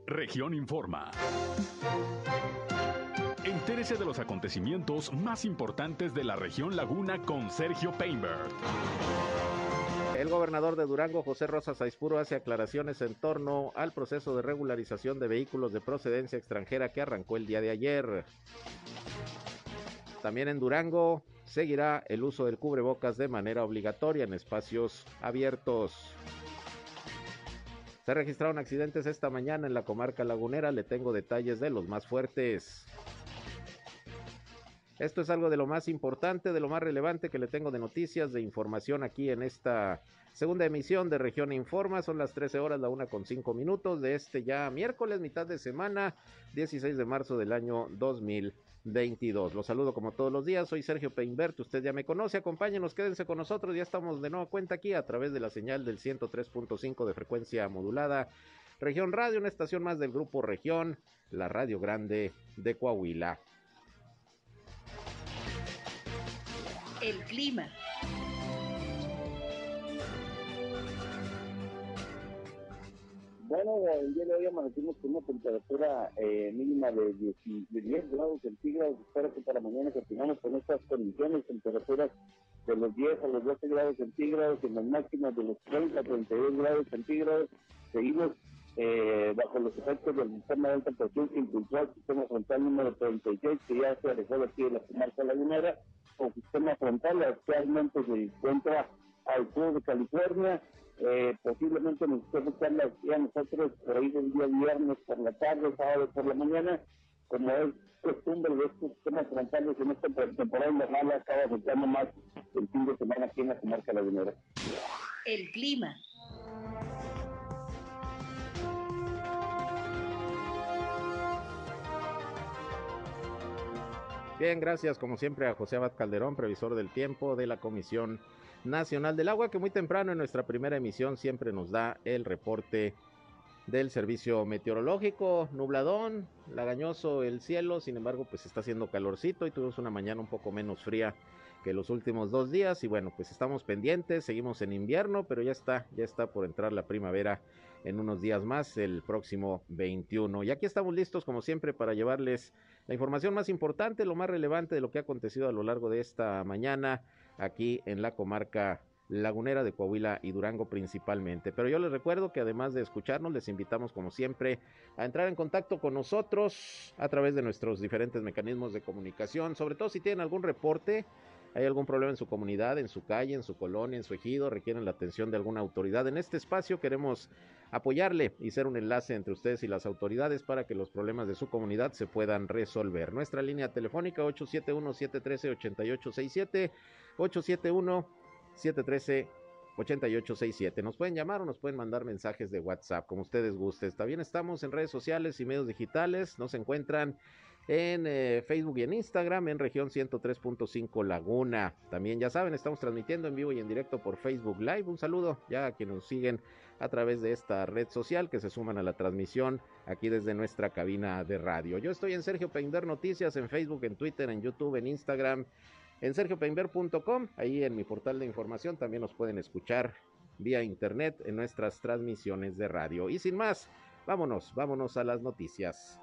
Región Informa. Entérese de los acontecimientos más importantes de la región Laguna con Sergio Painberg. El gobernador de Durango, José Rosa Saizpuro, hace aclaraciones en torno al proceso de regularización de vehículos de procedencia extranjera que arrancó el día de ayer. También en Durango seguirá el uso del cubrebocas de manera obligatoria en espacios abiertos. Se registraron accidentes esta mañana en la comarca lagunera, le tengo detalles de los más fuertes. Esto es algo de lo más importante, de lo más relevante que le tengo de noticias, de información aquí en esta segunda emisión de Región Informa. Son las 13 horas, la 1:05 de este ya miércoles, mitad de semana, 16 de marzo del año 2022. Los saludo como todos los días, soy Sergio Painberg, usted ya me conoce, acompáñenos, quédense con nosotros, ya estamos de nueva cuenta aquí a través de la señal del 103.5 de frecuencia modulada. Región Radio, una estación más del Grupo Región, la Radio Grande de Coahuila. El clima. Bueno, el día de hoy amanecimos con una temperatura mínima de 10 grados centígrados. Espero que para mañana continuemos con estas condiciones, temperaturas de los 10 a los 12 grados centígrados, y las máximas de los 30 a 32 grados centígrados. Seguimos bajo los efectos del sistema de alta presión que impulsó el sistema frontal número 36, que ya se alejó de aquí de la comarca lagunera. El sistema frontal actualmente se encuentra al sur de California. Posiblemente nos esté buscando aquí a nosotros por ahí del día viernes por la tarde, sábado por la mañana, como es costumbre de estos sistemas frontales en esta temporada invernal. Acaba afectando más el fin de semana aquí en la comarca lagunera. El clima. Bien, gracias como siempre a José Abad Calderón, previsor del tiempo de la Comisión Nacional del Agua, que muy temprano en nuestra primera emisión siempre nos da el reporte del servicio meteorológico. Nubladón, lagañoso el cielo, sin embargo pues está haciendo calorcito y tuvimos una mañana un poco menos fría que los últimos 2 días, y bueno, pues estamos pendientes, seguimos en invierno, pero ya está por entrar la primavera en unos días más, el próximo 21. Y aquí estamos listos como siempre para llevarles la información más importante, lo más relevante de lo que ha acontecido a lo largo de esta mañana aquí en la comarca lagunera de Coahuila y Durango principalmente. Pero yo les recuerdo que además de escucharnos, les invitamos como siempre a entrar en contacto con nosotros a través de nuestros diferentes mecanismos de comunicación, sobre todo si tienen algún reporte, hay algún problema en su comunidad, en su calle, en su colonia, en su ejido, requieren la atención de alguna autoridad. En este espacio queremos apoyarle y ser un enlace entre ustedes y las autoridades para que los problemas de su comunidad se puedan resolver. Nuestra línea telefónica 871-713-8867, 871-713-8867. Nos pueden llamar o nos pueden mandar mensajes de WhatsApp, como ustedes gusten. También estamos en redes sociales y medios digitales. Nos encuentran en Facebook y en Instagram en región 103.5 Laguna. También ya saben, estamos transmitiendo en vivo y en directo por Facebook Live. Un saludo ya a quienes nos siguen a través de esta red social, que se suman a la transmisión aquí desde nuestra cabina de radio. Yo estoy en Sergio Painberg Noticias, en Facebook, en Twitter, en YouTube, en Instagram, en sergiopainberg.com. Ahí en mi portal de información también nos pueden escuchar vía internet en nuestras transmisiones de radio. Y sin más, vámonos a las noticias.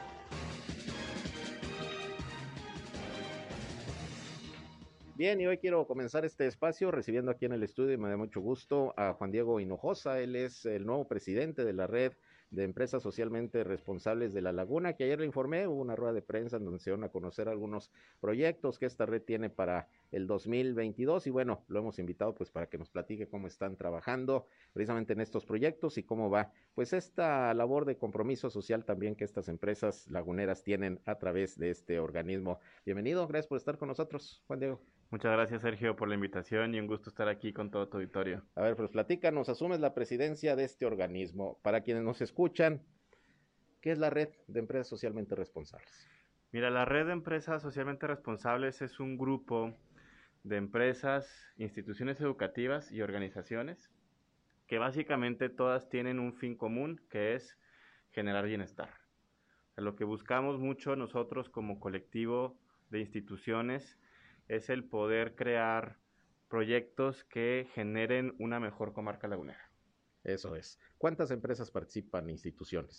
Bien, y hoy quiero comenzar este espacio recibiendo aquí en el estudio, y me da mucho gusto, a Juan Diego Hinojosa. Él es el nuevo presidente de la red de empresas socialmente responsables de La Laguna, que ayer le informé, hubo una rueda de prensa en donde se dieron a conocer algunos proyectos que esta red tiene para el 2022, y bueno, lo hemos invitado pues para que nos platique cómo están trabajando precisamente en estos proyectos y cómo va pues esta labor de compromiso social también que estas empresas laguneras tienen a través de este organismo. Bienvenido, gracias por estar con nosotros, Juan Diego. Muchas gracias, Sergio, por la invitación y un gusto estar aquí con todo tu auditorio. A ver, pues platícanos, asumes la presidencia de este organismo. Para quienes nos escuchan, ¿qué es la Red de Empresas Socialmente Responsables? Mira, la Red de Empresas Socialmente Responsables es un grupo de empresas, instituciones educativas y organizaciones que básicamente todas tienen un fin común, que es generar bienestar. Lo que buscamos mucho nosotros como colectivo de instituciones es el poder crear proyectos que generen una mejor comarca lagunera. Eso es. ¿Cuántas empresas participan, instituciones?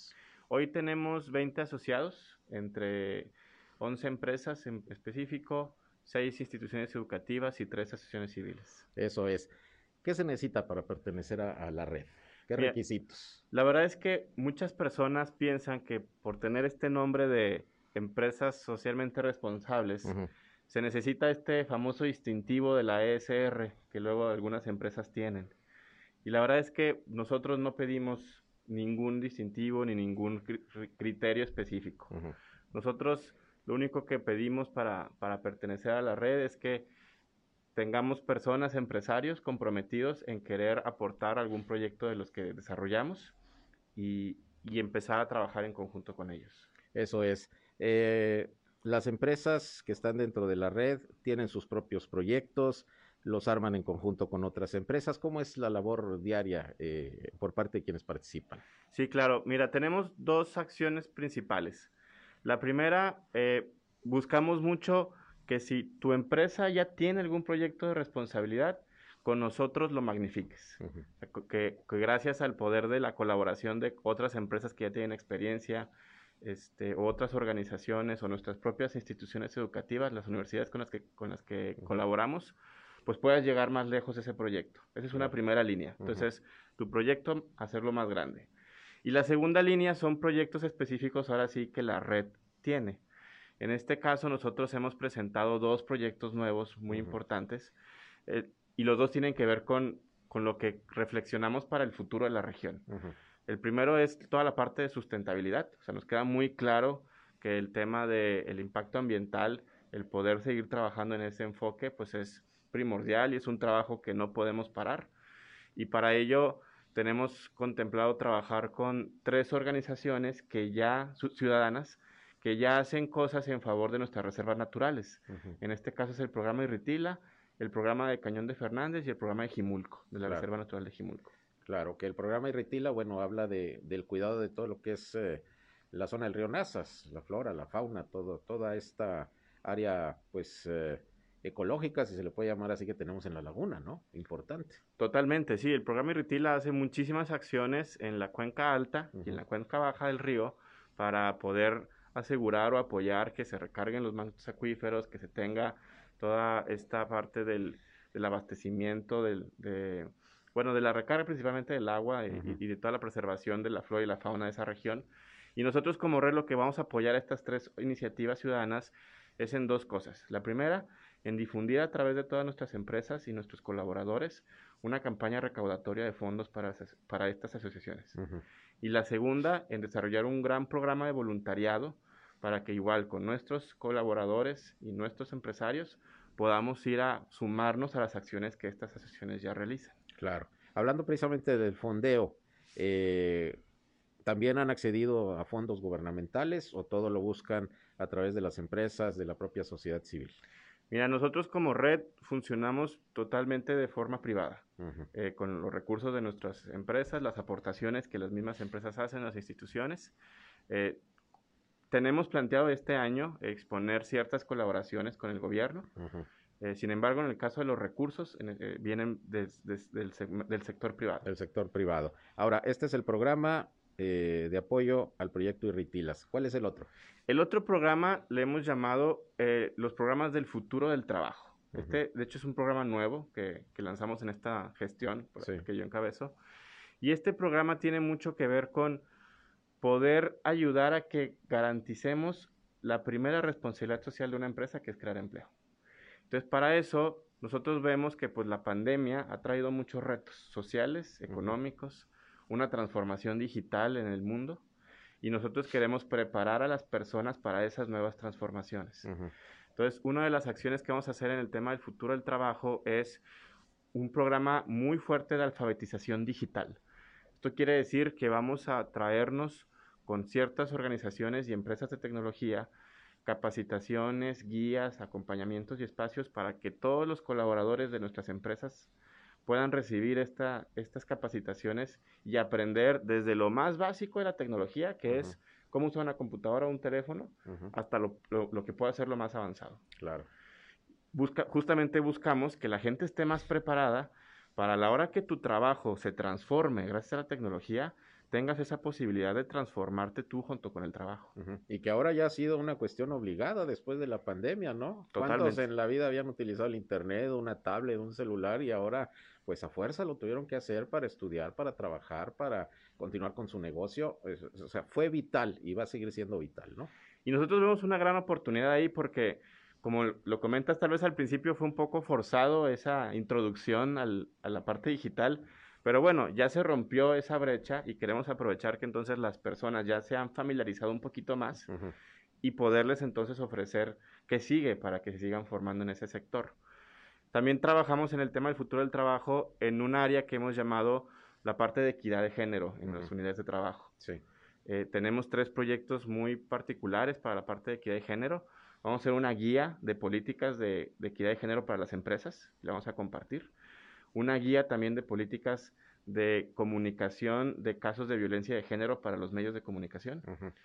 Hoy tenemos 20 asociados, entre 11 empresas en específico, 6 instituciones educativas y 3 asociaciones civiles. Eso es. ¿Qué se necesita para pertenecer a la red? ¿Qué Mira, requisitos? la verdad es que muchas personas piensan que por tener este nombre de empresas socialmente responsables, se necesita este famoso distintivo de la ESR que luego algunas empresas tienen. Y la verdad es que nosotros no pedimos ningún distintivo ni ningún criterio específico. Nosotros lo único que pedimos para pertenecer a la red es que tengamos personas, empresarios comprometidos en querer aportar algún proyecto de los que desarrollamos y empezar a trabajar en conjunto con ellos. Eso es. Las empresas que están dentro de la red tienen sus propios proyectos, los arman en conjunto con otras empresas. ¿Cómo es la labor diaria por parte de quienes participan? Sí, claro. Mira, tenemos 2 acciones principales. La primera, buscamos mucho que si tu empresa ya tiene algún proyecto de responsabilidad, con nosotros lo magnifiques. Que gracias al poder de la colaboración de otras empresas que ya tienen experiencia, o otras organizaciones o nuestras propias instituciones educativas, las universidades con las que colaboramos, pues puedas llegar más lejos ese proyecto. Esa es una primera línea. Entonces, tu proyecto, hacerlo más grande. Y la segunda línea son proyectos específicos, ahora sí, que la red tiene. En este caso, nosotros hemos presentado 2 proyectos nuevos muy importantes, y los 2 tienen que ver con lo que reflexionamos para el futuro de la región. El primero es toda la parte de sustentabilidad. O sea, nos queda muy claro que el tema del impacto ambiental, el poder seguir trabajando en ese enfoque, pues es primordial y es un trabajo que no podemos parar. Y para ello tenemos contemplado trabajar con 3 organizaciones que ya, ciudadanas, que ya hacen cosas en favor de nuestras reservas naturales. En este caso es el programa Irritila, el programa de Cañón de Fernández y el programa de Jimulco, de la Reserva Natural de Jimulco. Claro, que el programa Irritila, bueno, habla del cuidado de todo lo que es la zona del río Nazas, la flora, la fauna, toda esta área, pues, ecológica, si se le puede llamar así, que tenemos en la laguna, ¿no? Importante. Totalmente, sí. El programa Irritila hace muchísimas acciones en la cuenca alta y en la cuenca baja del río para poder asegurar o apoyar que se recarguen los mantos acuíferos, que se tenga toda esta parte del abastecimiento, de la recarga principalmente del agua y de toda la preservación de la flora y la fauna de esa región. Y nosotros como red lo que vamos a apoyar a estas 3 iniciativas ciudadanas es en 2 cosas. La primera, en difundir a través de todas nuestras empresas y nuestros colaboradores una campaña recaudatoria de fondos para estas asociaciones. Y la segunda, en desarrollar un gran programa de voluntariado para que igual con nuestros colaboradores y nuestros empresarios podamos ir a sumarnos a las acciones que estas asociaciones ya realizan. Claro. Hablando precisamente del fondeo, ¿también han accedido a fondos gubernamentales o todo lo buscan a través de las empresas, de la propia sociedad civil? Mira, nosotros como red funcionamos totalmente de forma privada, con los recursos de nuestras empresas, las aportaciones que las mismas empresas hacen a las instituciones. Tenemos planteado este año exponer ciertas colaboraciones con el gobierno. Sin embargo, en el caso de los recursos, vienen del sector privado. Del sector privado. Ahora, este es el programa de apoyo al proyecto Irritilas. ¿Cuál es el otro? El otro programa le hemos llamado los programas del futuro del trabajo. De hecho, es un programa nuevo que lanzamos en esta gestión que yo encabezo. Y este programa tiene mucho que ver con poder ayudar a que garanticemos la primera responsabilidad social de una empresa, que es crear empleo. Entonces, para eso, nosotros vemos que pues, la pandemia ha traído muchos retos sociales, económicos, una transformación digital en el mundo, y nosotros queremos preparar a las personas para esas nuevas transformaciones. Entonces, una de las acciones que vamos a hacer en el tema del futuro del trabajo es un programa muy fuerte de alfabetización digital. Esto quiere decir que vamos a traernos con ciertas organizaciones y empresas de tecnología capacitaciones, guías, acompañamientos y espacios para que todos los colaboradores de nuestras empresas puedan recibir estas capacitaciones y aprender desde lo más básico de la tecnología, que es cómo usar una computadora o un teléfono, hasta lo que pueda ser lo más avanzado. Claro. Justamente buscamos que la gente esté más preparada para la hora que tu trabajo se transforme gracias a la tecnología, tengas esa posibilidad de transformarte tú junto con el trabajo. Y que ahora ya ha sido una cuestión obligada después de la pandemia, ¿no? ¿Cuántos Totalmente. en la vida habían utilizado el internet, una tablet, un celular y ahora pues a fuerza lo tuvieron que hacer para estudiar, para trabajar, para continuar con su negocio? O sea, fue vital y va a seguir siendo vital, ¿no? Y nosotros vemos una gran oportunidad ahí porque, como lo comentas, tal vez al principio fue un poco forzado esa introducción a la parte digital, pero bueno, ya se rompió esa brecha y queremos aprovechar que entonces las personas ya se han familiarizado un poquito más y poderles entonces ofrecer qué sigue para que se sigan formando en ese sector. También trabajamos en el tema del futuro del trabajo en un área que hemos llamado la parte de equidad de género en las unidades de trabajo. Sí. Tenemos 3 proyectos muy particulares para la parte de equidad de género. Vamos a hacer una guía de políticas de equidad de género para las empresas, la vamos a compartir. Una guía también de políticas de comunicación de casos de violencia de género para los medios de comunicación.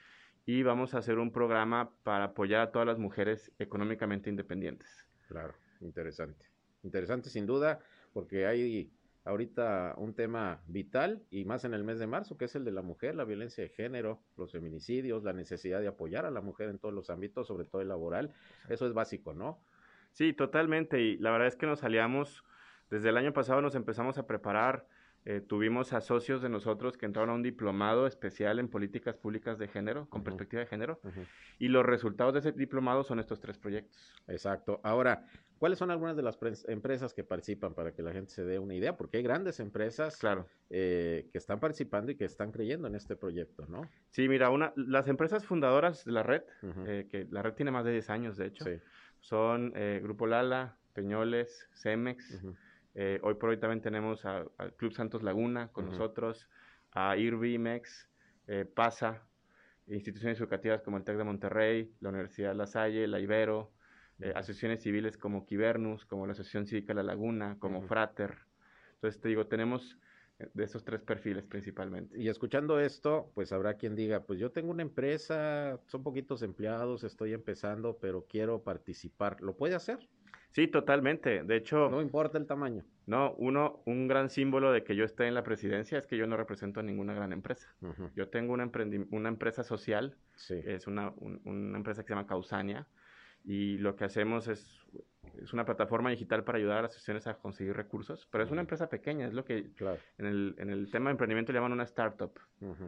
Y vamos a hacer un programa para apoyar a todas las mujeres económicamente independientes. Claro, interesante. Interesante sin duda, porque hay ahorita un tema vital y más en el mes de marzo, que es el de la mujer, la violencia de género, los feminicidios, la necesidad de apoyar a la mujer en todos los ámbitos, sobre todo el laboral. Eso es básico, ¿no? Sí, totalmente. Y la verdad es que nos aliamos, desde el año pasado nos empezamos a preparar. Tuvimos a socios de nosotros que entraron a un diplomado especial en políticas públicas de género, con perspectiva de género, y los resultados de ese diplomado son estos 3 proyectos. Exacto. Ahora, ¿cuáles son algunas de las empresas que participan para que la gente se dé una idea? Porque hay grandes empresas Claro. Que están participando y que están creyendo en este proyecto, ¿no? Sí, mira, las empresas fundadoras de la red, que la red tiene más de 10 años, de hecho, son Grupo Lala, Peñoles, Cemex. Hoy por hoy también tenemos al Club Santos Laguna con nosotros, a IRBIMEX, PASA, instituciones educativas como el TEC de Monterrey, la Universidad La Salle, la Ibero, asociaciones civiles como Quibernus, como la Asociación Cívica La Laguna, como Frater. Entonces te digo, tenemos de esos 3 perfiles principalmente. Y escuchando esto, pues habrá quien diga, pues yo tengo una empresa, son poquitos empleados, estoy empezando, pero quiero participar. ¿Lo puede hacer? Sí, totalmente. De hecho, no importa el tamaño. No, un gran símbolo de que yo esté en la presidencia es que yo no represento a ninguna gran empresa. Yo tengo una empresa social, es una empresa que se llama Causania, y lo que hacemos es una plataforma digital para ayudar a las asociaciones a conseguir recursos, pero es una empresa pequeña, es lo que en el tema de emprendimiento le llaman una startup.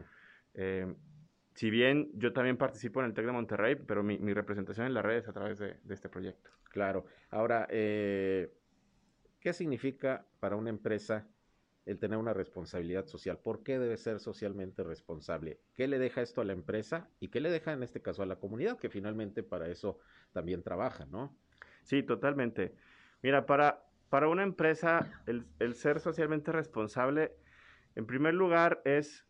Si bien yo también participo en el TEC de Monterrey, pero mi representación en la red es a través de este proyecto. Claro. Ahora, ¿qué significa para una empresa el tener una responsabilidad social? ¿Por qué debe ser socialmente responsable? ¿Qué le deja esto a la empresa? ¿Y qué le deja en este caso a la comunidad? Que finalmente para eso también trabaja, ¿no? Sí, totalmente. Mira, para una empresa el ser socialmente responsable, en primer lugar, es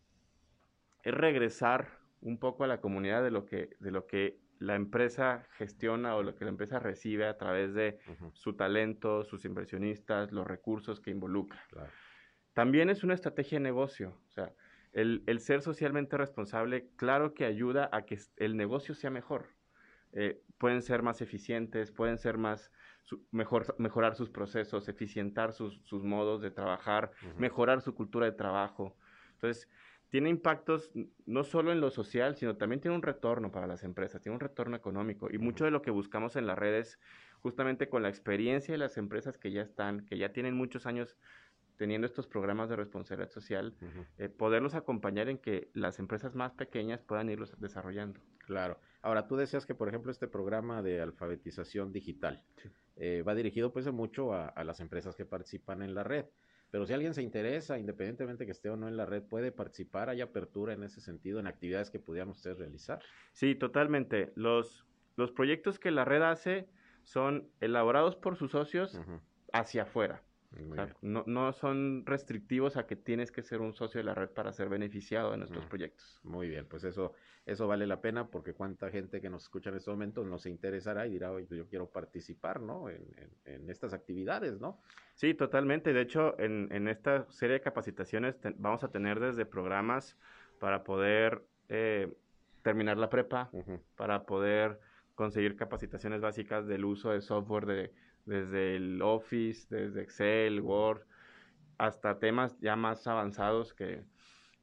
regresar un poco a la comunidad de lo que la empresa gestiona o lo que la empresa recibe a través de su talento, sus inversionistas, los recursos que involucra. Claro. También es una estrategia de negocio. O sea, el ser socialmente responsable, claro que ayuda a que el negocio sea mejor. Pueden ser más eficientes, pueden ser mejorar sus procesos, eficientar sus modos de trabajar, mejorar su cultura de trabajo. Entonces, tiene impactos no solo en lo social, sino también tiene un retorno para las empresas, tiene un retorno económico. Y mucho de lo que buscamos en las redes, justamente con la experiencia de las empresas que ya tienen muchos años teniendo estos programas de responsabilidad social, poderlos acompañar en que las empresas más pequeñas puedan irlos desarrollando. Claro. Ahora, tú decías que, por ejemplo, este programa de alfabetización digital va dirigido pues mucho a las empresas que participan en la red. Pero si alguien se interesa, independientemente que esté o no en la red, ¿puede participar? ¿Hay apertura en ese sentido, en actividades que pudieran ustedes realizar? Sí, totalmente. Los proyectos que la red hace son elaborados por sus socios hacia afuera. O sea, no son restrictivos a que tienes que ser un socio de la red para ser beneficiado de nuestros proyectos. Muy bien, pues eso vale la pena porque cuánta gente que nos escucha en estos momentos no se interesará y dirá, oye, yo quiero participar, ¿no? En estas actividades, ¿no? Sí, totalmente. De hecho, en esta serie de capacitaciones vamos a tener desde programas para poder terminar la prepa, para poder conseguir capacitaciones básicas del uso de software desde el Office, desde Excel, Word, hasta temas ya más avanzados que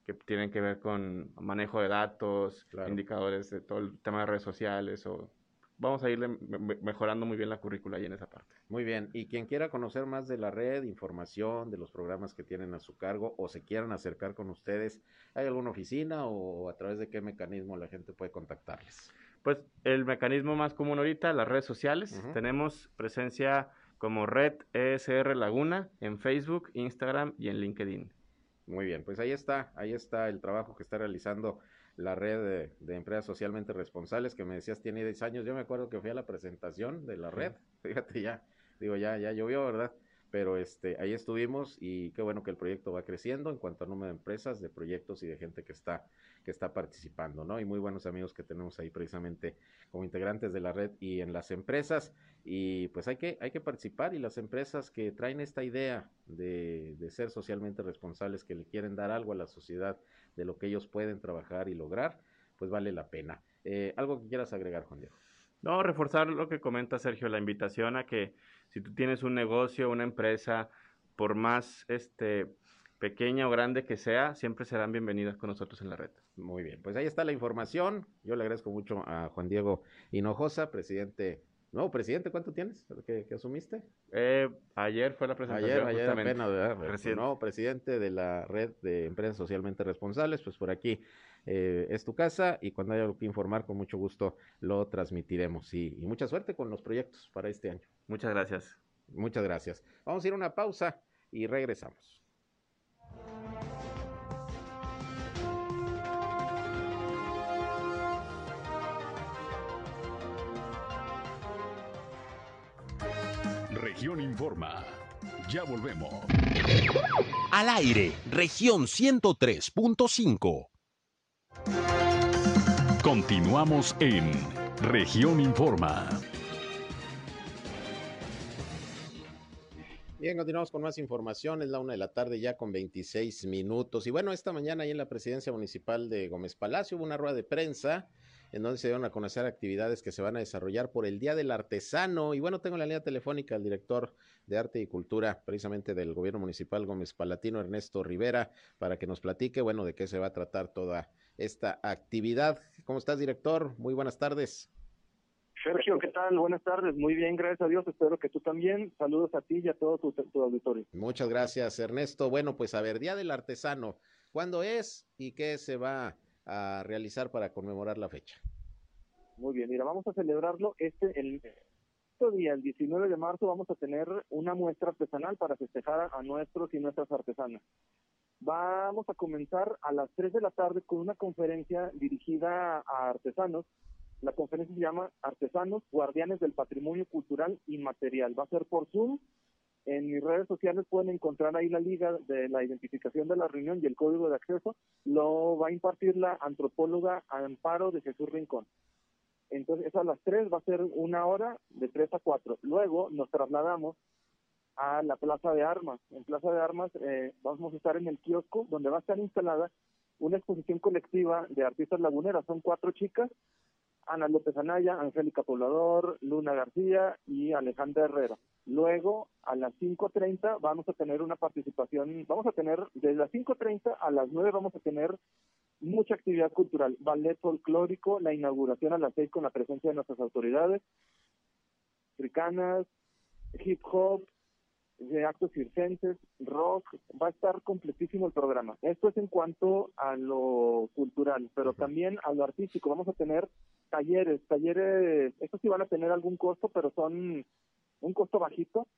que tienen que ver con manejo de datos, Claro. indicadores de todo el tema de redes sociales. Vamos a irle mejorando muy bien la currícula ahí en esa parte. Muy bien, y quien quiera conocer más de la red, información de los programas que tienen a su cargo o se quieran acercar con ustedes, ¿hay alguna oficina o a través de qué mecanismo la gente puede contactarles? Pues el mecanismo más común ahorita, las redes sociales. Ujú. Tenemos presencia como Red ESR Laguna en Facebook, Instagram y en LinkedIn. Muy bien, pues ahí está el trabajo que está realizando la red de empresas socialmente responsables, que me decías tiene 10 años. Yo me acuerdo que fui a la presentación de la red, fíjate, ya llovió, ¿verdad? Pero ahí estuvimos y qué bueno que el proyecto va creciendo en cuanto a número de empresas, de proyectos y de gente que está participando, ¿no? Y muy buenos amigos que tenemos ahí precisamente como integrantes de la red y en las empresas. Y pues hay que participar, y las empresas que traen esta idea de ser socialmente responsables, que le quieren dar algo a la sociedad de lo que ellos pueden trabajar y lograr, pues vale la pena. ¿Algo que quieras agregar, Juan Diego? No, reforzar lo que comenta Sergio, la invitación a que si tú tienes un negocio, una empresa, por más pequeña o grande que sea, siempre serán bienvenidas con nosotros en la red. Muy bien, pues ahí está la información. Yo le agradezco mucho a Juan Diego Hinojosa, nuevo presidente, ¿cuánto tienes que asumiste? Ayer fue la presentación, Ayer justamente. apenas, ¿verdad? Recién. Nuevo presidente de la red de empresas socialmente responsables, pues por aquí es tu casa, y cuando haya algo que informar, con mucho gusto lo transmitiremos. Y mucha suerte con los proyectos para este año. Muchas gracias. Muchas gracias. Vamos a ir a una pausa y regresamos. Región Informa. Ya volvemos. Al aire, región 103.5. Continuamos en Región Informa. Bien, continuamos con más información. Es la 1 de la tarde ya con 26 minutos. Y bueno, esta mañana ahí en la presidencia municipal de Gómez Palacio hubo una rueda de prensa en donde se dieron a conocer actividades que se van a desarrollar por el Día del Artesano. Y bueno, tengo en la línea telefónica al director de Arte y Cultura, precisamente del Gobierno Municipal Gómez Palatino, Ernesto Rivera, para que nos platique, bueno, de qué se va a tratar toda esta actividad. ¿Cómo estás, director? Muy buenas tardes. Sergio, ¿qué tal? Buenas tardes. Muy bien, gracias a Dios. Espero que tú también. Saludos a ti y a todo tu auditorio. Muchas gracias, Ernesto. Bueno, pues a ver, Día del Artesano, ¿cuándo es y qué se va a realizar para conmemorar la fecha? Muy bien, mira, vamos a celebrarlo el día, el 19 de marzo, vamos a tener una muestra artesanal para festejar a nuestros y nuestras artesanas. Vamos a comenzar a las 3 de la tarde con una conferencia dirigida a artesanos. La conferencia se llama Artesanos, Guardianes del Patrimonio Cultural Inmaterial. Va a ser por Zoom. En mis redes sociales pueden encontrar ahí la liga de la identificación de la reunión y el código de acceso. Lo va a impartir la antropóloga Amparo de Jesús Rincón. Entonces, eso a las 3 va a ser una hora de 3 a 4. Luego nos trasladamos a la Plaza de Armas. En Plaza de Armas vamos a estar en el kiosco donde va a estar instalada una exposición colectiva de artistas laguneras. Son 4 chicas: Ana López Anaya, Angélica Poblador, Luna García y Alejandra Herrera. Luego, a las 5:30 vamos a tener una participación, desde las 5:30 a las 9 vamos a tener mucha actividad cultural, ballet folclórico, la inauguración a las 6 con la presencia de nuestras autoridades, africanas, hip hop, actos circenses, rock. Va a estar completísimo el programa. Esto es en cuanto a lo cultural, pero también a lo artístico. Vamos a tener talleres, estos sí van a tener algún costo, pero son un costo bajito,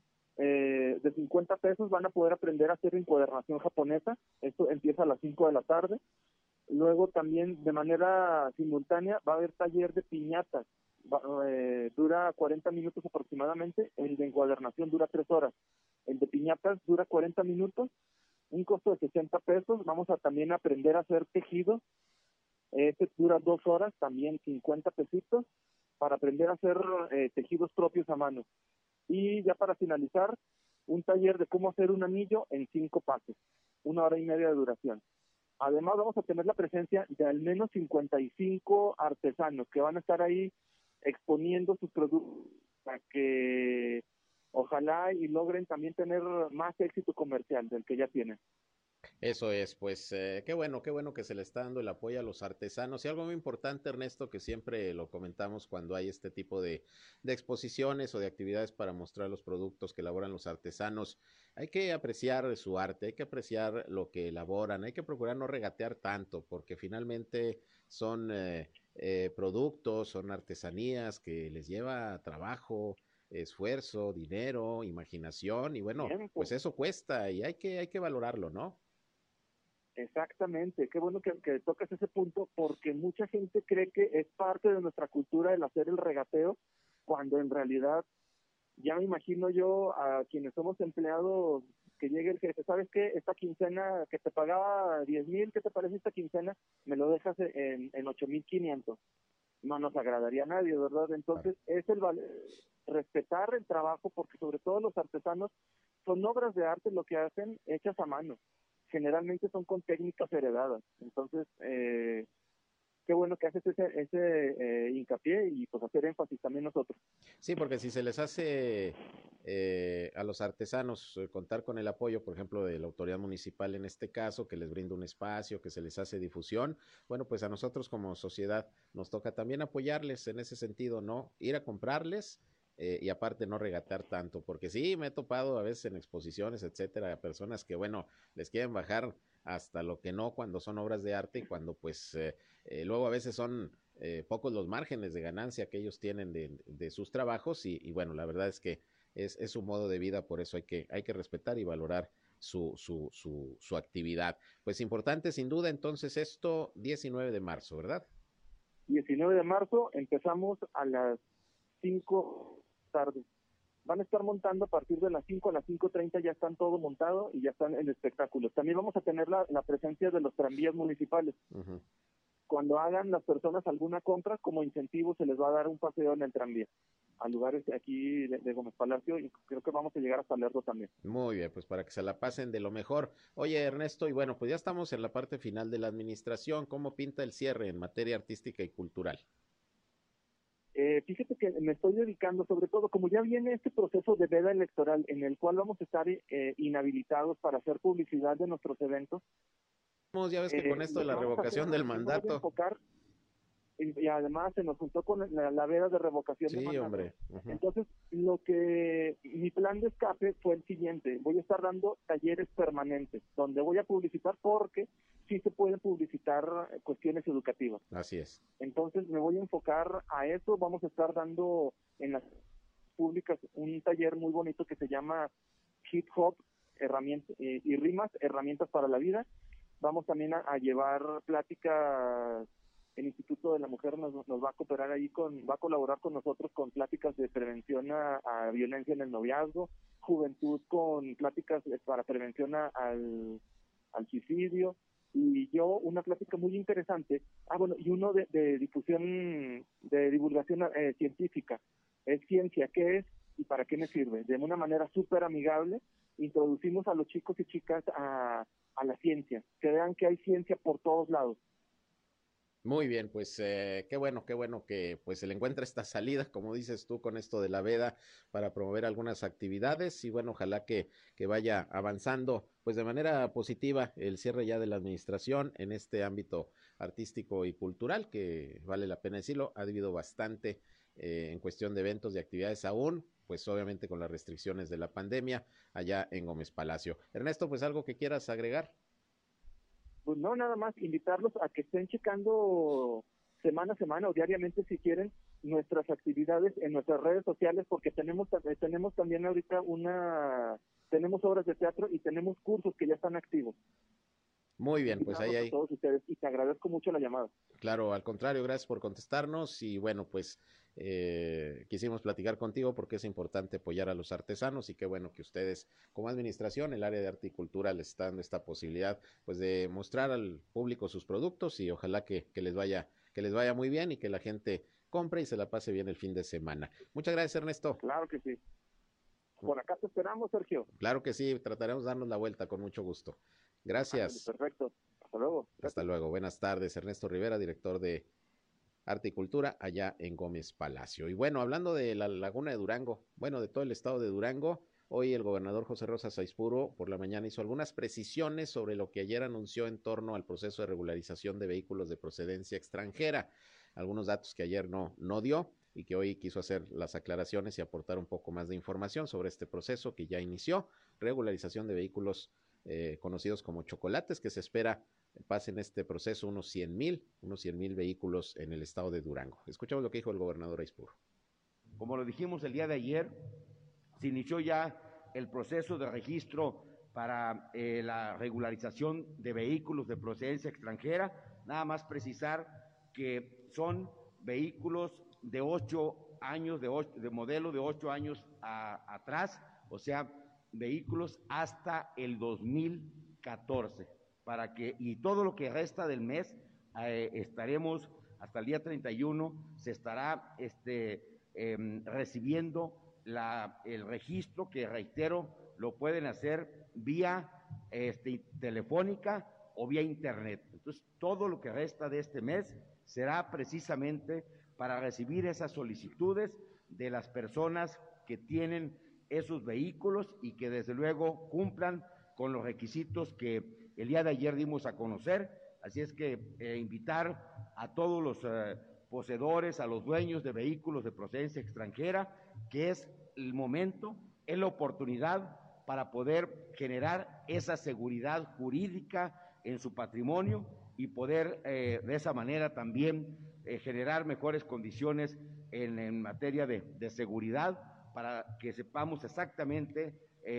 de 50 pesos. Van a poder aprender a hacer encuadernación japonesa. Esto empieza a las 5 de la tarde. Luego también de manera simultánea va a haber taller de piñatas. Dura 40 minutos aproximadamente. El de encuadernación dura 3 horas. El de piñatas dura 40 minutos, un costo de 60 pesos. Vamos a también aprender a hacer tejido. Este dura 2 horas, también 50 pesitos, para aprender a hacer tejidos propios a mano. Y ya para finalizar, un taller de cómo hacer un anillo en 5 pasos, 1 hora y media de duración. Además, vamos a tener la presencia de al menos 55 artesanos que van a estar ahí exponiendo sus productos para que ojalá y logren también tener más éxito comercial del que ya tienen. Eso es, pues qué bueno que se le está dando el apoyo a los artesanos. Y algo muy importante, Ernesto, que siempre lo comentamos cuando hay este tipo de exposiciones o de actividades para mostrar los productos que elaboran los artesanos, hay que apreciar su arte, hay que apreciar lo que elaboran, hay que procurar no regatear tanto, porque finalmente son productos, son artesanías que les lleva trabajo, esfuerzo, dinero, imaginación, y bueno, Tiempo. pues eso cuesta y hay que valorarlo, ¿no? Exactamente, qué bueno que tocas ese punto porque mucha gente cree que es parte de nuestra cultura el hacer el regateo, cuando en realidad ya me imagino yo a quienes somos empleados que llegue el jefe, ¿sabes qué? Esta quincena que te pagaba 10,000, ¿qué te parece esta quincena? Me lo dejas en 8,500. No nos agradaría a nadie, ¿verdad? Claro. Entonces es respetar el trabajo porque sobre todo los artesanos son obras de arte lo que hacen hechas a mano. Generalmente son con técnicas heredadas. Entonces, qué bueno que haces ese hincapié y pues hacer énfasis también nosotros. Sí, porque si se les hace a los artesanos contar con el apoyo, por ejemplo, de la autoridad municipal en este caso, que les brinda un espacio, que se les hace difusión, bueno, pues a nosotros como sociedad nos toca también apoyarles en ese sentido, ¿no? Ir a comprarles y aparte no regatear tanto, porque sí, me he topado a veces en exposiciones, etcétera, a personas que, bueno, les quieren bajar hasta lo que no cuando son obras de arte y cuando pues luego a veces son pocos los márgenes de ganancia que ellos tienen de sus trabajos y, bueno, la verdad es que es su modo de vida, por eso hay que respetar y valorar su actividad. Pues importante sin duda entonces esto 19 de marzo, ¿verdad? 19 de marzo empezamos a las 5 tarde. Van a estar montando a partir de las 5 a las 5:30, ya están todo montado y ya están en espectáculos. También vamos a tener la presencia de los tranvías municipales. Uh-huh. Cuando hagan las personas alguna compra, como incentivo se les va a dar un paseo en el tranvía a lugares aquí de Gómez Palacio y creo que vamos a llegar hasta Lerdo también. Muy bien, pues para que se la pasen de lo mejor. Oye, Ernesto, y bueno, pues ya estamos en la parte final de la administración. ¿Cómo pinta el cierre en materia artística y cultural? Fíjate que me estoy dedicando, sobre todo, como ya viene este proceso de veda electoral en el cual vamos a estar inhabilitados para hacer publicidad de nuestros eventos. Ya ves que con esto de Lo la que vamos a hacer revocación ahora, del yo me voy a mandato. enfocar y además se nos juntó con la veda de revocación de Sí, mandato. hombre. Uh-huh. Entonces, mi plan de escape fue el siguiente: voy a estar dando talleres permanentes donde voy a publicitar porque sí se pueden publicitar cuestiones educativas. Así es. Entonces, me voy a enfocar a eso. Vamos a estar dando en las públicas un taller muy bonito que se llama Hip Hop y rimas, herramientas para la vida. Vamos también a llevar pláticas. El Instituto de la Mujer nos va a cooperar ahí va a colaborar con nosotros con pláticas de prevención a violencia en el noviazgo, juventud con pláticas para prevención al suicidio, y yo una plática muy interesante, y uno de difusión, de divulgación científica. Es ciencia, ¿qué es y para qué me sirve? De una manera súper amigable, introducimos a los chicos y chicas a la ciencia, que vean que hay ciencia por todos lados. Muy bien, pues qué bueno que pues se le encuentra esta salida, como dices tú, con esto de la veda para promover algunas actividades y bueno, ojalá que vaya avanzando pues de manera positiva el cierre ya de la administración en este ámbito artístico y cultural, que vale la pena decirlo, ha habido bastante en cuestión de eventos y actividades aún, pues obviamente con las restricciones de la pandemia allá en Gómez Palacio. Ernesto, pues algo que quieras agregar. Pues no, nada más invitarlos a que estén checando semana a semana o diariamente, si quieren, nuestras actividades en nuestras redes sociales, porque tenemos también ahorita tenemos obras de teatro y tenemos cursos que ya están activos. Muy bien, pues ahí hay. Todos ustedes, y te agradezco mucho la llamada. Claro, al contrario, gracias por contestarnos y bueno, pues quisimos platicar contigo porque es importante apoyar a los artesanos y qué bueno que ustedes como administración, el área de arte y cultura les está dando esta posibilidad pues de mostrar al público sus productos y ojalá que les vaya muy bien y que la gente compre y se la pase bien el fin de semana. Muchas gracias, Ernesto. Claro que sí. Por acá te esperamos, Sergio. Claro que sí, trataremos de darnos la vuelta con mucho gusto. Gracias. Perfecto. Hasta luego. Hasta luego. Buenas tardes, Ernesto Rivera, director de Arte y Cultura allá en Gómez Palacio. Y bueno, hablando de la Laguna de Durango, bueno, de todo el estado de Durango, Hoy el gobernador José Rosa Saizpuro por la mañana hizo algunas precisiones sobre lo que ayer anunció en torno al proceso de regularización de vehículos de procedencia extranjera. Algunos datos que ayer no dio y que hoy quiso hacer las aclaraciones y aportar un poco más de información sobre este proceso que ya inició. Regularización de vehículos conocidos como chocolates, que se espera pasen este proceso unos 100,000 vehículos en el estado de Durango. Escuchamos lo que dijo el gobernador Aispuro. Como lo dijimos el día de ayer, se inició ya el proceso de registro para la regularización de vehículos de procedencia extranjera. Nada más precisar que son vehículos de 8 años, de modelo de 8 años atrás, o sea, vehículos hasta el 2014, y todo lo que resta del mes estaremos, hasta el día 31, se estará recibiendo el registro, que reitero, lo pueden hacer vía telefónica o vía internet. Entonces, todo lo que resta de este mes será precisamente para recibir esas solicitudes de las personas que tienen esos vehículos y que desde luego cumplan con los requisitos que el día de ayer dimos a conocer. Así es que invitar a todos los poseedores, a los dueños de vehículos de procedencia extranjera, que es el momento, es la oportunidad para poder generar esa seguridad jurídica en su patrimonio y poder de esa manera también generar mejores condiciones en materia de seguridad, para que sepamos exactamente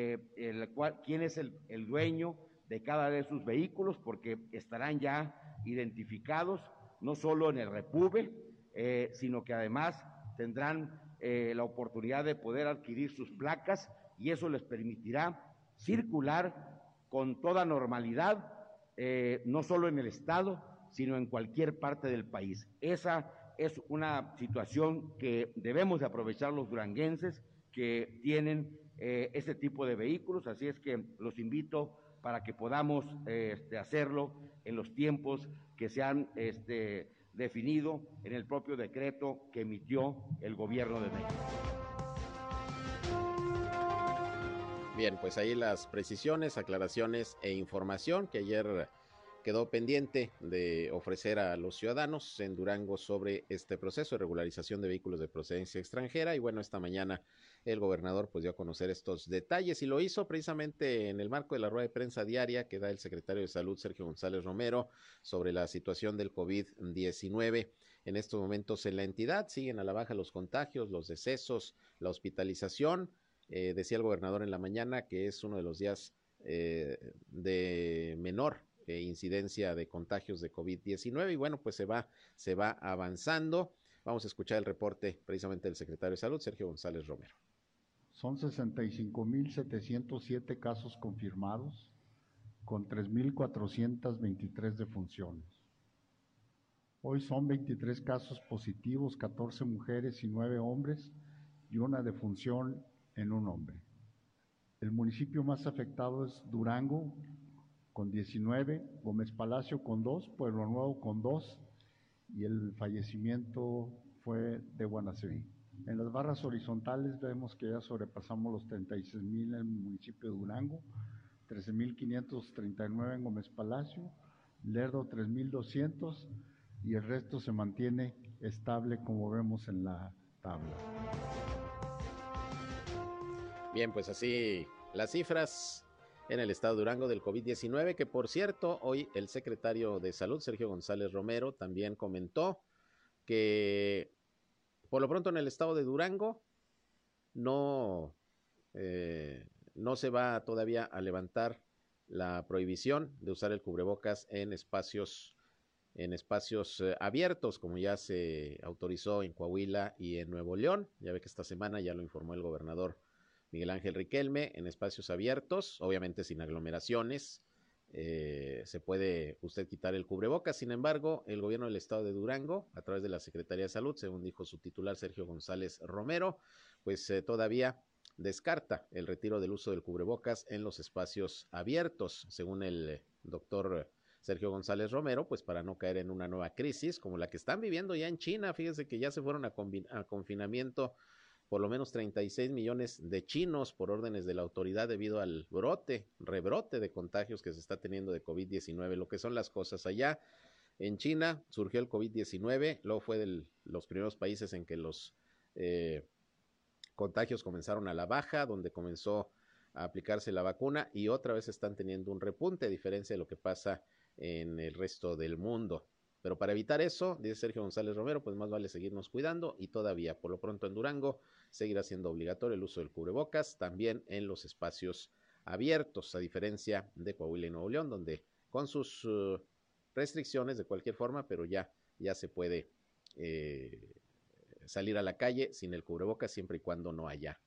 quién es el dueño de cada de sus vehículos, porque estarán ya identificados no solo en el Repube, sino que además tendrán la oportunidad de poder adquirir sus placas, y eso les permitirá circular con toda normalidad, no solo en el estado, sino en cualquier parte del país. Esa es una situación que debemos de aprovechar los duranguenses que tienen este tipo de vehículos, así es que los invito para que podamos hacerlo en los tiempos que se han definido en el propio decreto que emitió el gobierno de México. Bien, pues ahí las precisiones, aclaraciones e información que ayer quedó pendiente de ofrecer a los ciudadanos en Durango sobre este proceso de regularización de vehículos de procedencia extranjera. Y bueno, esta mañana el gobernador pues dio a conocer estos detalles, y lo hizo precisamente en el marco de la rueda de prensa diaria que da el secretario de Salud, Sergio González Romero, sobre la situación del COVID-19. En estos momentos en la entidad siguen a la baja los contagios, los decesos, la hospitalización. Decía el gobernador en la mañana que es uno de los días de menor incidencia de contagios de COVID-19, y bueno, pues se va avanzando. Vamos a escuchar el reporte precisamente del secretario de Salud, Sergio González Romero. Son 65,707 casos confirmados, con 3,423 defunciones. Hoy son 23 casos positivos, 14 mujeres y 9 hombres, y una defunción en un hombre. El municipio más afectado es Durango, con 19, Gómez Palacio con 2, Pueblo Nuevo con 2, y el fallecimiento fue de Guanaceví. En las barras horizontales vemos que ya sobrepasamos los 36,000 en el municipio de Durango, 13,539 en Gómez Palacio, Lerdo 3,200, y el resto se mantiene estable como vemos en la tabla. Bien, pues así las cifras en el estado de Durango del COVID-19, que por cierto, hoy el secretario de Salud, Sergio González Romero, también comentó que por lo pronto en el estado de Durango no se va todavía a levantar la prohibición de usar el cubrebocas en espacios abiertos, como ya se autorizó en Coahuila y en Nuevo León. Ya ve que esta semana ya lo informó el gobernador Miguel Ángel Riquelme, en espacios abiertos, obviamente sin aglomeraciones, se puede usted quitar el cubrebocas. Sin embargo, el gobierno del estado de Durango, a través de la Secretaría de Salud, según dijo su titular Sergio González Romero, pues todavía descarta el retiro del uso del cubrebocas en los espacios abiertos, según el doctor Sergio González Romero, pues para no caer en una nueva crisis como la que están viviendo ya en China. Fíjense que ya se fueron a confinamiento por lo menos 36 millones de chinos por órdenes de la autoridad debido al rebrote de contagios que se está teniendo de COVID-19. Lo que son las cosas allá en China, surgió el COVID-19, luego fue de los primeros países en que los contagios comenzaron a la baja, donde comenzó a aplicarse la vacuna y otra vez están teniendo un repunte, a diferencia de lo que pasa en el resto del mundo. Pero para evitar eso, dice Sergio González Romero, pues más vale seguirnos cuidando y todavía, por lo pronto en Durango, seguirá siendo obligatorio el uso del cubrebocas, también en los espacios abiertos, a diferencia de Coahuila y Nuevo León, donde con sus restricciones de cualquier forma, pero ya se puede salir a la calle sin el cubrebocas siempre y cuando no haya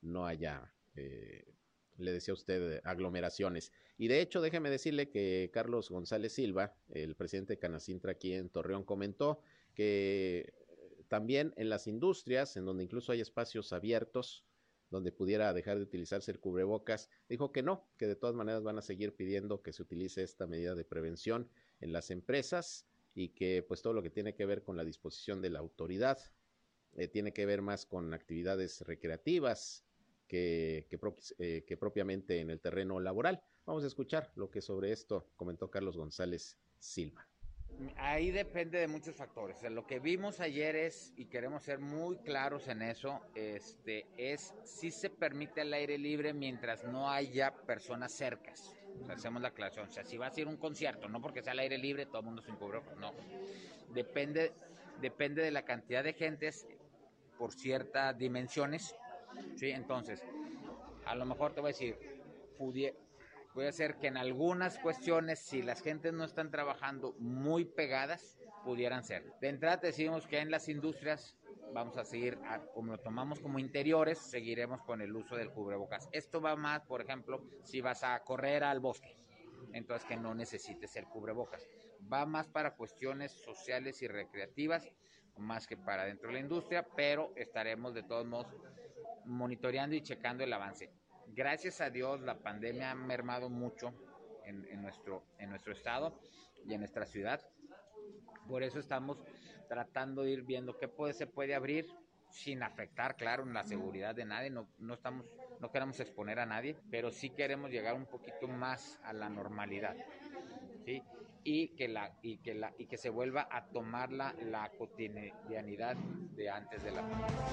le decía a usted, aglomeraciones. Y de hecho, déjeme decirle que Carlos González Silva, el presidente de Canacintra aquí en Torreón, comentó que también en las industrias, en donde incluso hay espacios abiertos, donde pudiera dejar de utilizarse el cubrebocas, dijo que no, que de todas maneras van a seguir pidiendo que se utilice esta medida de prevención en las empresas y que pues todo lo que tiene que ver con la disposición de la autoridad tiene que ver más con actividades recreativas que propiamente en el terreno laboral. Vamos a escuchar lo que sobre esto comentó Carlos González Silva. Ahí depende de muchos factores. O sea, lo que vimos ayer es, y queremos ser muy claros en eso, es si se permite el aire libre mientras no haya personas cercas. O sea, hacemos la aclaración. O sea, si va a ser un concierto, no porque sea al aire libre, todo el mundo sin cubrebocas, no. Depende de la cantidad de gentes por ciertas dimensiones, ¿sí? Entonces, a lo mejor te voy a decir, puede ser que en algunas cuestiones, si las gentes no están trabajando muy pegadas, pudieran ser. De entrada te decimos que en las industrias vamos a seguir, como lo tomamos como interiores, seguiremos con el uso del cubrebocas. Esto va más, por ejemplo, si vas a correr al bosque, entonces que no necesites el cubrebocas. Va más para cuestiones sociales y recreativas, más que para dentro de la industria, pero estaremos de todos modos monitoreando y checando el avance. Gracias a Dios la pandemia ha mermado mucho en nuestro estado y en nuestra ciudad. Por eso estamos tratando de ir viendo qué se puede abrir sin afectar, claro, en la seguridad de nadie. No queremos exponer a nadie, pero sí queremos llegar un poquito más a la normalidad, ¿sí? Y que se vuelva a tomar la cotidianidad de antes de la pandemia.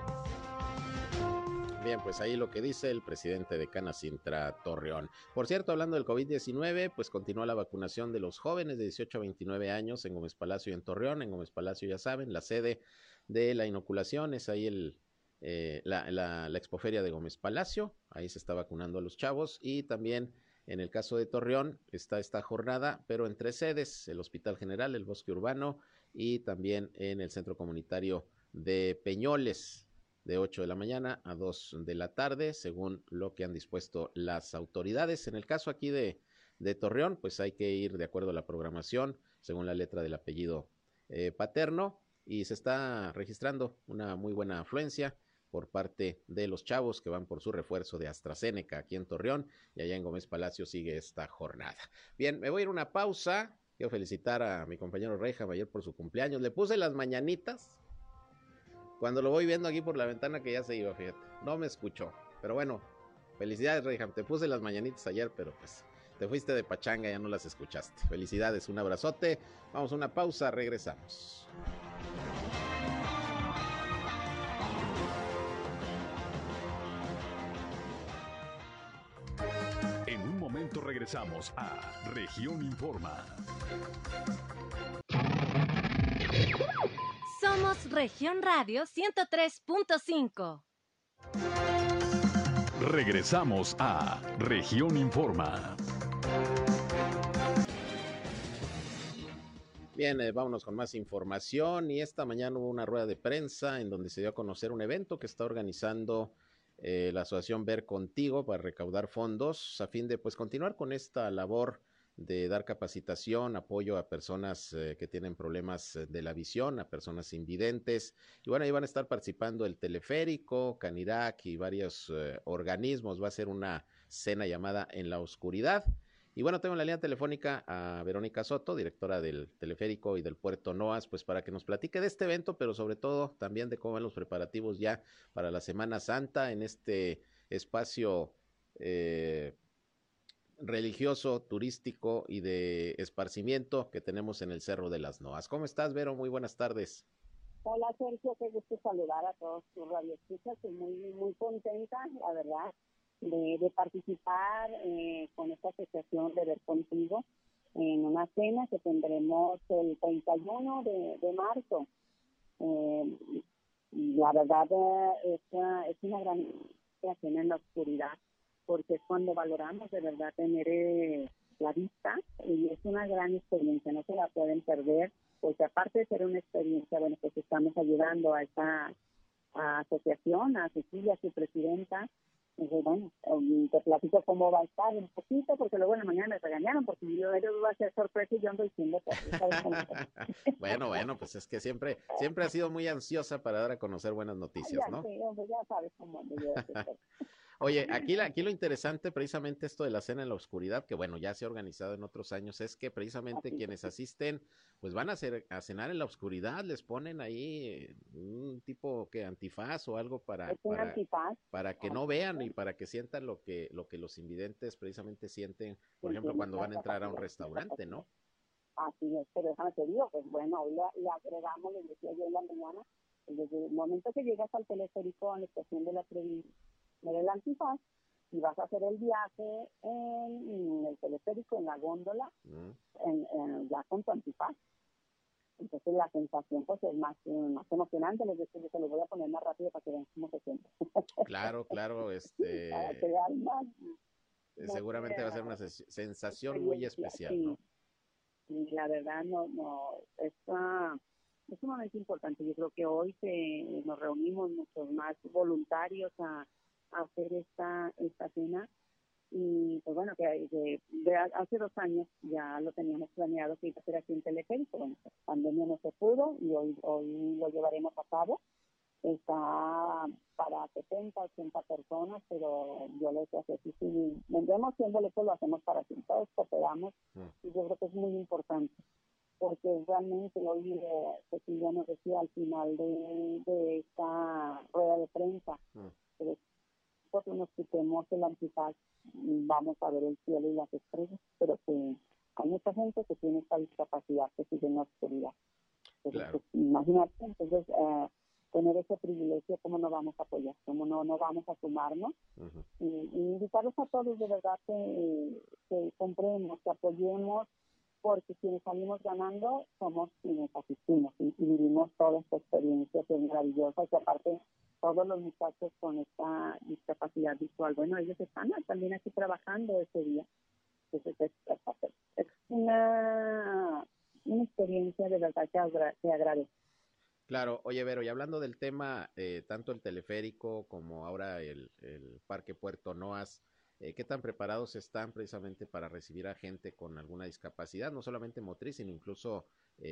Bien, pues ahí lo que dice el presidente de Canacintra Torreón. Por cierto, hablando del COVID-19, pues continúa la vacunación de los jóvenes de 18 a 29 años en Gómez Palacio y en Torreón. En Gómez Palacio, ya saben, la sede de la inoculación es ahí la expoferia de Gómez Palacio. Ahí se está vacunando a los chavos y también en el caso de Torreón está esta jornada, pero en 3 sedes, el Hospital General, el Bosque Urbano y también en el Centro Comunitario de Peñoles, de 8 de la mañana a 2 de la tarde, según lo que han dispuesto las autoridades. En el caso aquí de Torreón, pues hay que ir de acuerdo a la programación, según la letra del apellido paterno, y se está registrando una muy buena afluencia por parte de los chavos que van por su refuerzo de AstraZeneca aquí en Torreón, y allá en Gómez Palacio sigue esta jornada. Bien, me voy a ir a una pausa. Quiero felicitar a mi compañero Reija ayer por su cumpleaños. Le puse las mañanitas cuando lo voy viendo aquí por la ventana que ya se iba, fíjate. No me escuchó, pero bueno, felicidades, Reija. Te puse las mañanitas ayer, pero pues te fuiste de pachanga, ya no las escuchaste. Felicidades, un abrazote. Vamos a una pausa, regresamos. En un momento regresamos a Región Informa. Somos Región Radio 103.5. Regresamos a Región Informa. Bien, vámonos con más información. Y esta mañana hubo una rueda de prensa en donde se dio a conocer un evento que está organizando la asociación Ver Contigo para recaudar fondos a fin de pues continuar con esta labor de dar capacitación, apoyo a personas que tienen problemas de la visión, a personas invidentes. Y bueno, ahí van a estar participando el Teleférico, Canirac y varios organismos. Va a ser una cena llamada En la Oscuridad. Y bueno, tengo en la línea telefónica a Verónica Soto, directora del Teleférico y del Puerto Noas, pues para que nos platique de este evento, pero sobre todo también de cómo van los preparativos ya para la Semana Santa en este espacio religioso, turístico y de esparcimiento que tenemos en el Cerro de las Noas. ¿Cómo estás, Vero? Muy buenas tardes. Hola, Sergio, qué gusto saludar a todos tus radioescuchas. Estoy muy contenta, la verdad, de participar con esta asociación de Ver Contigo en una cena que tendremos el 31 de marzo. La verdad es una gran cena en la oscuridad, porque es cuando valoramos de verdad tener la vista, y es una gran experiencia, no se la pueden perder, porque aparte de ser una experiencia, bueno, pues estamos ayudando a esta asociación, a Cecilia, su presidenta. Entonces, bueno, te platico cómo va a estar un poquito, porque luego en la mañana me regañaron, porque ellos va a ser sorpresa y yo ando diciendo todo. Bueno, pues es que siempre ha sido muy ansiosa para dar a conocer buenas noticias, ¿no? Sí, hombre, ya sabes cómo ando yo. Oye, aquí lo interesante, precisamente esto de la cena en la oscuridad, que bueno, ya se ha organizado en otros años, es que precisamente quienes asisten, pues van a cenar en la oscuridad, les ponen ahí un tipo que antifaz o algo para que no vean y para que sientan lo que los invidentes precisamente sienten, por ejemplo, cuando van a entrar a un restaurante, ¿no? Así es, pero déjame te digo, pues bueno, hoy le agregamos, les decía yo en la mañana, desde el momento que llegas al teleférico a la estación de la Trevi, el antifaz, y vas a hacer el viaje en el teleférico, en la góndola, ya con tu antifaz. Entonces la sensación pues es más emocionante. Les decía, se lo voy a poner más rápido para que vean cómo se siente. Claro, para crear más, seguramente va a ser una sensación muy especial, sí. ¿no? Y la verdad es sumamente importante. Yo creo que hoy nos reunimos muchos más voluntarios a hacer esta cena, y pues bueno, que hace 2 años ya lo teníamos planeado que iba a ser aquí en Teleférico. Bueno, pues pandemia no se pudo, y hoy lo llevaremos a cabo. Está para 70, 80 personas, pero yo les decía que si vendemos 100 boletos, lo hacemos para 100, todos cooperamos, y yo creo que es muy importante, porque realmente hoy Cecilia nos decía al final de esta rueda de prensa, que nosotros nos quitemos el antifaz, vamos a ver el cielo y las estrellas, pero que hay mucha gente que tiene esta discapacidad, que sigue en la oscuridad. Entonces, claro. pues, imagínate, entonces tener ese privilegio, ¿cómo no vamos a apoyar? ¿Cómo no vamos a sumarnos? Y invitarlos a todos de verdad que compremos, que apoyemos, porque quienes salimos ganando somos quienes asistimos y vivimos toda esta experiencia que es maravillosa, que aparte todos los muchachos con esta discapacidad visual, bueno, ellos están también aquí trabajando ese día. Entonces es una experiencia de verdad que agradezco. Claro, oye, Vero, y hablando del tema, tanto el teleférico como ahora el Parque Puerto Noas, ¿qué tan preparados están precisamente para recibir a gente con alguna discapacidad, no solamente motriz, sino incluso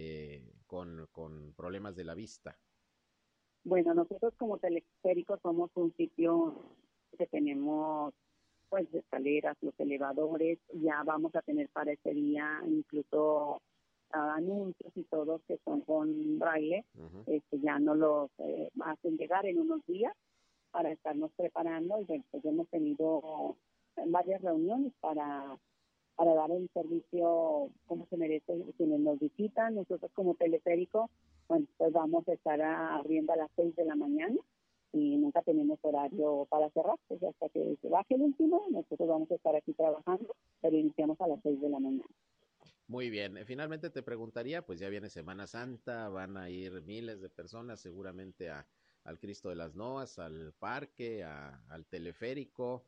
con problemas de la vista? Bueno, nosotros como teleférico somos un sitio que tenemos pues escaleras, los elevadores, ya vamos a tener para ese día incluso anuncios y todo que son con braille, ya nos los hacen llegar en unos días para estarnos preparando, y bueno, pues hemos tenido varias reuniones para dar el servicio como se merece quienes nos visitan. Nosotros como teleférico, bueno, pues vamos a estar abriendo a las 6 de la mañana y nunca tenemos horario para cerrar, pues hasta que se baje el último, nosotros vamos a estar aquí trabajando, pero iniciamos a las 6 de la mañana. Muy bien, finalmente te preguntaría, pues ya viene Semana Santa, van a ir miles de personas seguramente al Cristo de las Noas, al parque, al teleférico,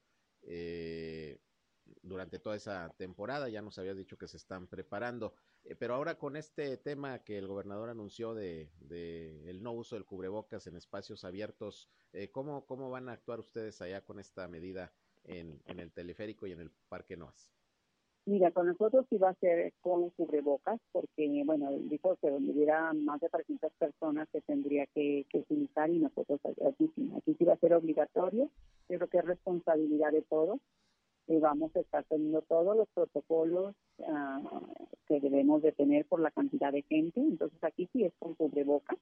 durante toda esa temporada. Ya nos habías dicho que se están preparando, pero ahora con este tema que el gobernador anunció de el no uso del cubrebocas en espacios abiertos, ¿cómo van a actuar ustedes allá con esta medida en el teleférico y en el Parque Noas? Mira, con nosotros sí va a ser con cubrebocas, porque, bueno, dijo que donde hubiera más de 300 personas se tendría que utilizar, y nosotros aquí sí va a ser obligatorio. Yo creo que es responsabilidad de todos vamos a estar teniendo todos los protocolos que debemos de tener por la cantidad de gente. Entonces aquí sí es con cubrebocas.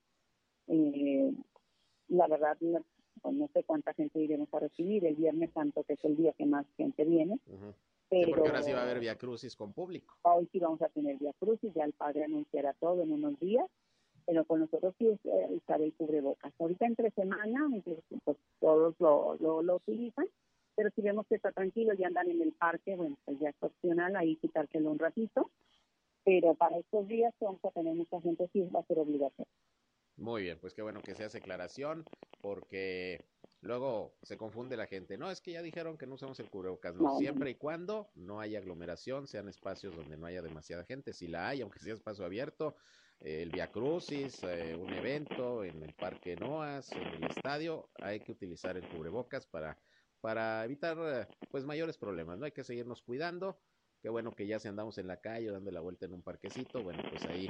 La verdad, pues no sé cuánta gente iremos a recibir el Viernes Santo, que es el día que más gente viene. Sí, porque ahora sí va a haber Vía Crucis con público. Hoy sí vamos a tener Vía Crucis, ya el padre anunciará todo en unos días, pero con nosotros sí es usar el cubrebocas. Ahorita entre semana, pues todos lo utilizan, pero si vemos que está tranquilo y andan en el parque, bueno, pues ya es opcional ahí quitárselo un ratito, pero para estos días que vamos a tener mucha gente, sí va a ser obligatorio. Muy bien, pues qué bueno que se hace aclaración, porque luego se confunde la gente. No, es que ya dijeron que no usamos el cubrebocas. No, siempre y cuando no haya aglomeración, sean espacios donde no haya demasiada gente. Si la hay, aunque sea espacio abierto, el Vía Crucis, un evento en el Parque Noas, en el estadio, hay que utilizar el cubrebocas para evitar pues mayores problemas, ¿no? Hay que seguirnos cuidando. Qué bueno que ya si andamos en la calle dando la vuelta en un parquecito, bueno, pues ahí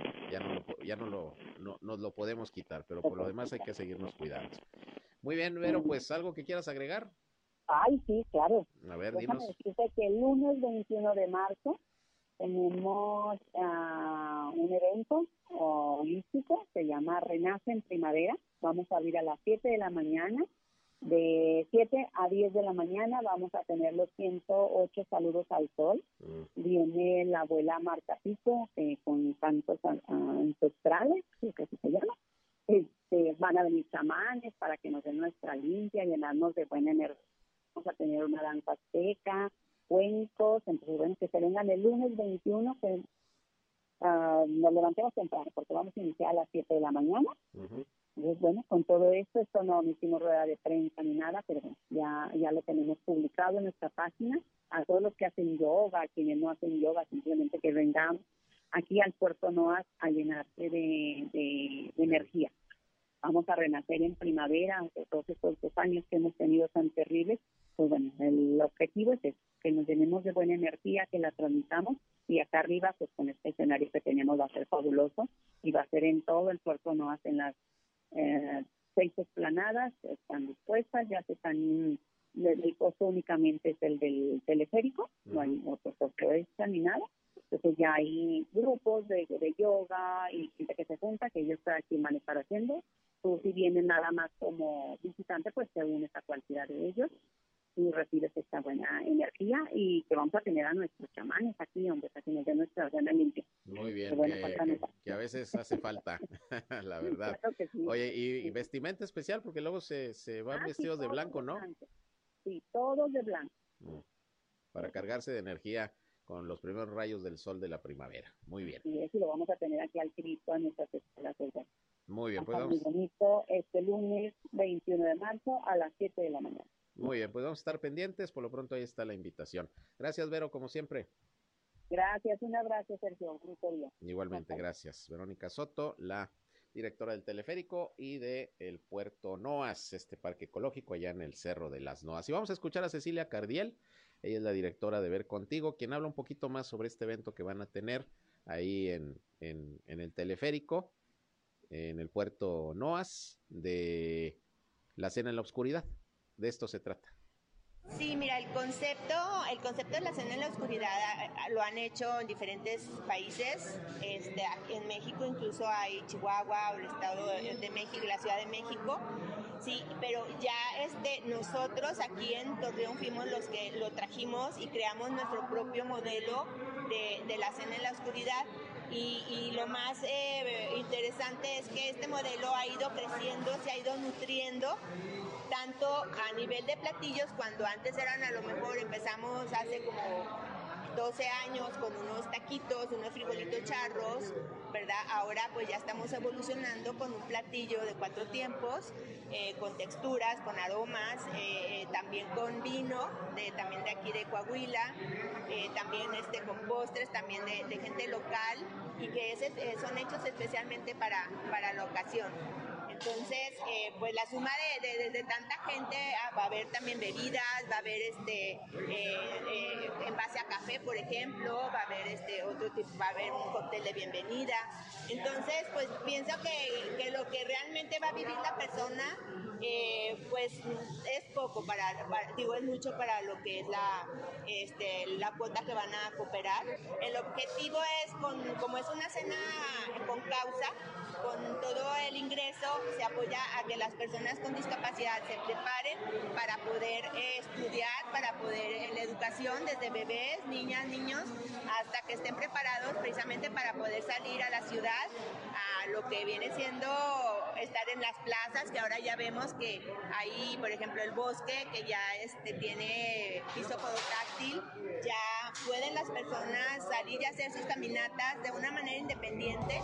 nos lo podemos quitar, pero por lo demás hay que seguirnos cuidando. Muy bien, Vero, pues algo que quieras agregar. Ay, sí, claro. A ver, Déjame dinos. decirte que el lunes 21 de marzo tenemos un evento holístico, se llama Renace en Primavera. Vamos a abrir a las 7 de la mañana. De 7 a 10 de la mañana vamos a tener los 108 saludos al sol. Viene la abuela Marta Pico con cantos ancestrales, creo que así se llama. Van a venir chamanes para que nos den nuestra limpia, llenarnos de buena energía. Vamos a tener una danza azteca, cuentos. Entonces, bueno, que se vengan el lunes 21, que nos levantemos temprano, porque vamos a iniciar a las 7 de la mañana. Entonces, bueno, con todo esto no hicimos rueda de prensa ni nada, pero ya lo tenemos publicado en nuestra página. A todos los que hacen yoga, a quienes no hacen yoga, simplemente que vengan aquí al Puerto Noas a llenarse de energía. Vamos a renacer en primavera, aunque todos estos 2 años que hemos tenido tan terribles, pues bueno, el objetivo es eso, que nos llenemos de buena energía, que la transmitamos, y acá arriba, pues con este escenario que tenemos va a ser fabuloso, y va a ser en todo el Puerto Noas, en las 6 explanadas, están dispuestas, ya se están, el costo únicamente es el del teleférico, no hay otros costos extra ni nada. Entonces ya hay grupos de yoga y gente que se junta, que ellos aquí van a estar haciendo. Tú si vienes nada más como visitante, pues te unes a cualquiera de ellos y recibes esta buena energía, y que vamos a tener a nuestros chamanes aquí, donde se tiene nuestra buena limpia. Muy bien, bueno, que a veces hace falta, la verdad. Claro que sí. Oye, y vestimenta especial, porque luego se van vestidos de blanco, ¿no? Sí, todos de blanco. Para cargarse de energía con los primeros rayos del sol de la primavera. Muy bien. Sí, eso lo vamos a tener aquí al Cristo en nuestras escuelas. Muy bien, pues muy bonito, este lunes 21 de marzo a las 7 de la mañana. Muy bien, pues vamos a estar pendientes. Por lo pronto ahí está la invitación. Gracias, Vero, como siempre. Gracias, un abrazo, Sergio. Mucho día. Igualmente, gracias. Verónica Soto, la directora del teleférico y de el Puerto Noas, este parque ecológico allá en el Cerro de las Noas. Y vamos a escuchar a Cecilia Cardiel, ella es la directora de Ver Contigo, quien habla un poquito más sobre este evento que van a tener ahí en el teleférico, en el Puerto Noas, de la cena en la oscuridad. De esto se trata. Sí, mira, el concepto de la cena en la oscuridad lo han hecho en diferentes países. En México incluso hay Chihuahua o el Estado de México, la Ciudad de México. Sí, pero ya nosotros aquí en Torreón fuimos los que lo trajimos y creamos nuestro propio modelo de la cena en la oscuridad. Y lo más interesante es que este modelo ha ido creciendo, se ha ido nutriendo, tanto a nivel de platillos, cuando antes eran, a lo mejor empezamos hace como 12 años con unos taquitos, unos frijolitos charros, ¿verdad? Ahora pues ya estamos evolucionando con un platillo de 4 tiempos, con texturas, con aromas, también con vino, también de aquí de Coahuila, también con postres también de gente local, y que son hechos especialmente para la ocasión. Entonces, pues la suma de tanta gente, va a haber también bebidas, va a haber en base a café, por ejemplo, va a haber otro tipo, va a haber un cóctel de bienvenida. Entonces, pues pienso que lo que realmente va a vivir la persona pues es poco es mucho para lo que es la cuota que van a cooperar. El objetivo es, como es una cena con causa, con todo el ingreso se apoya a que las personas con discapacidad se preparen para poder estudiar, para poder la educación desde bebés, niñas, niños, hasta que estén preparados precisamente para poder salir a la ciudad, a lo que viene siendo estar en las plazas, que ahora ya vemos que hay, por ejemplo, el Bosque, que ya tiene piso podotáctil, ya pueden las personas salir y hacer sus caminatas de una manera independiente.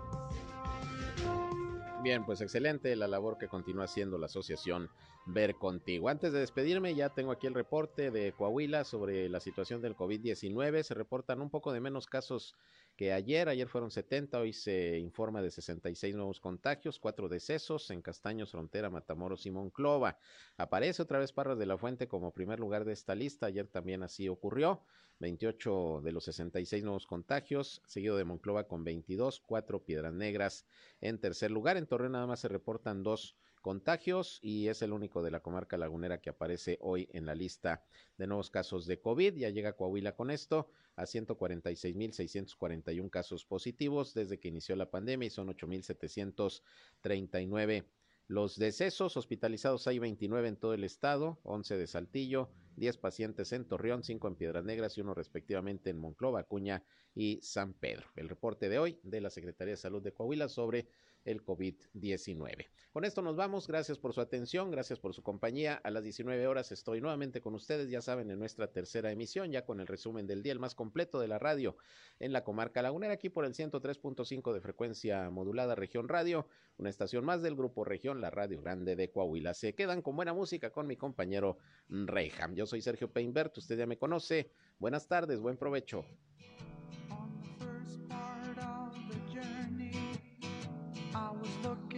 Bien, pues excelente la labor que continúa haciendo la asociación Ver Contigo. Antes de despedirme, ya tengo aquí el reporte de Coahuila sobre la situación del COVID-19. Se reportan un poco de menos casos que ayer. Ayer fueron 70, hoy se informa de 66 nuevos contagios, 4 decesos en Castaños, Frontera, Matamoros y Monclova. Aparece otra vez Parras de la Fuente como primer lugar de esta lista. Ayer también así ocurrió. 28 de los 66 nuevos contagios, seguido de Monclova con 22, 4 Piedras Negras en tercer lugar. En Torreón nada más se reportan 2 contagios y es el único de la comarca lagunera que aparece hoy en la lista de nuevos casos de COVID. Ya llega Coahuila con esto a 146,641 casos positivos desde que inició la pandemia y son 8,739 los decesos. Hospitalizados hay 29 en todo el estado, 11 de Saltillo, 10 pacientes en Torreón, 5 en Piedras Negras y 1 respectivamente en Monclova, Acuña y San Pedro. El reporte de hoy de la Secretaría de Salud de Coahuila sobre el COVID-19. Con esto nos vamos, gracias por su atención, gracias por su compañía. A las 19 horas estoy nuevamente con ustedes, ya saben, en nuestra tercera emisión, ya con el resumen del día, el más completo de la radio en la comarca lagunera, aquí por el 103.5 de frecuencia modulada Región Radio, una estación más del Grupo Región, la Radio Grande de Coahuila. Se quedan con buena música con mi compañero Reyham. Yo soy Sergio Peinbert, usted ya me conoce. Buenas tardes, buen provecho. I was looking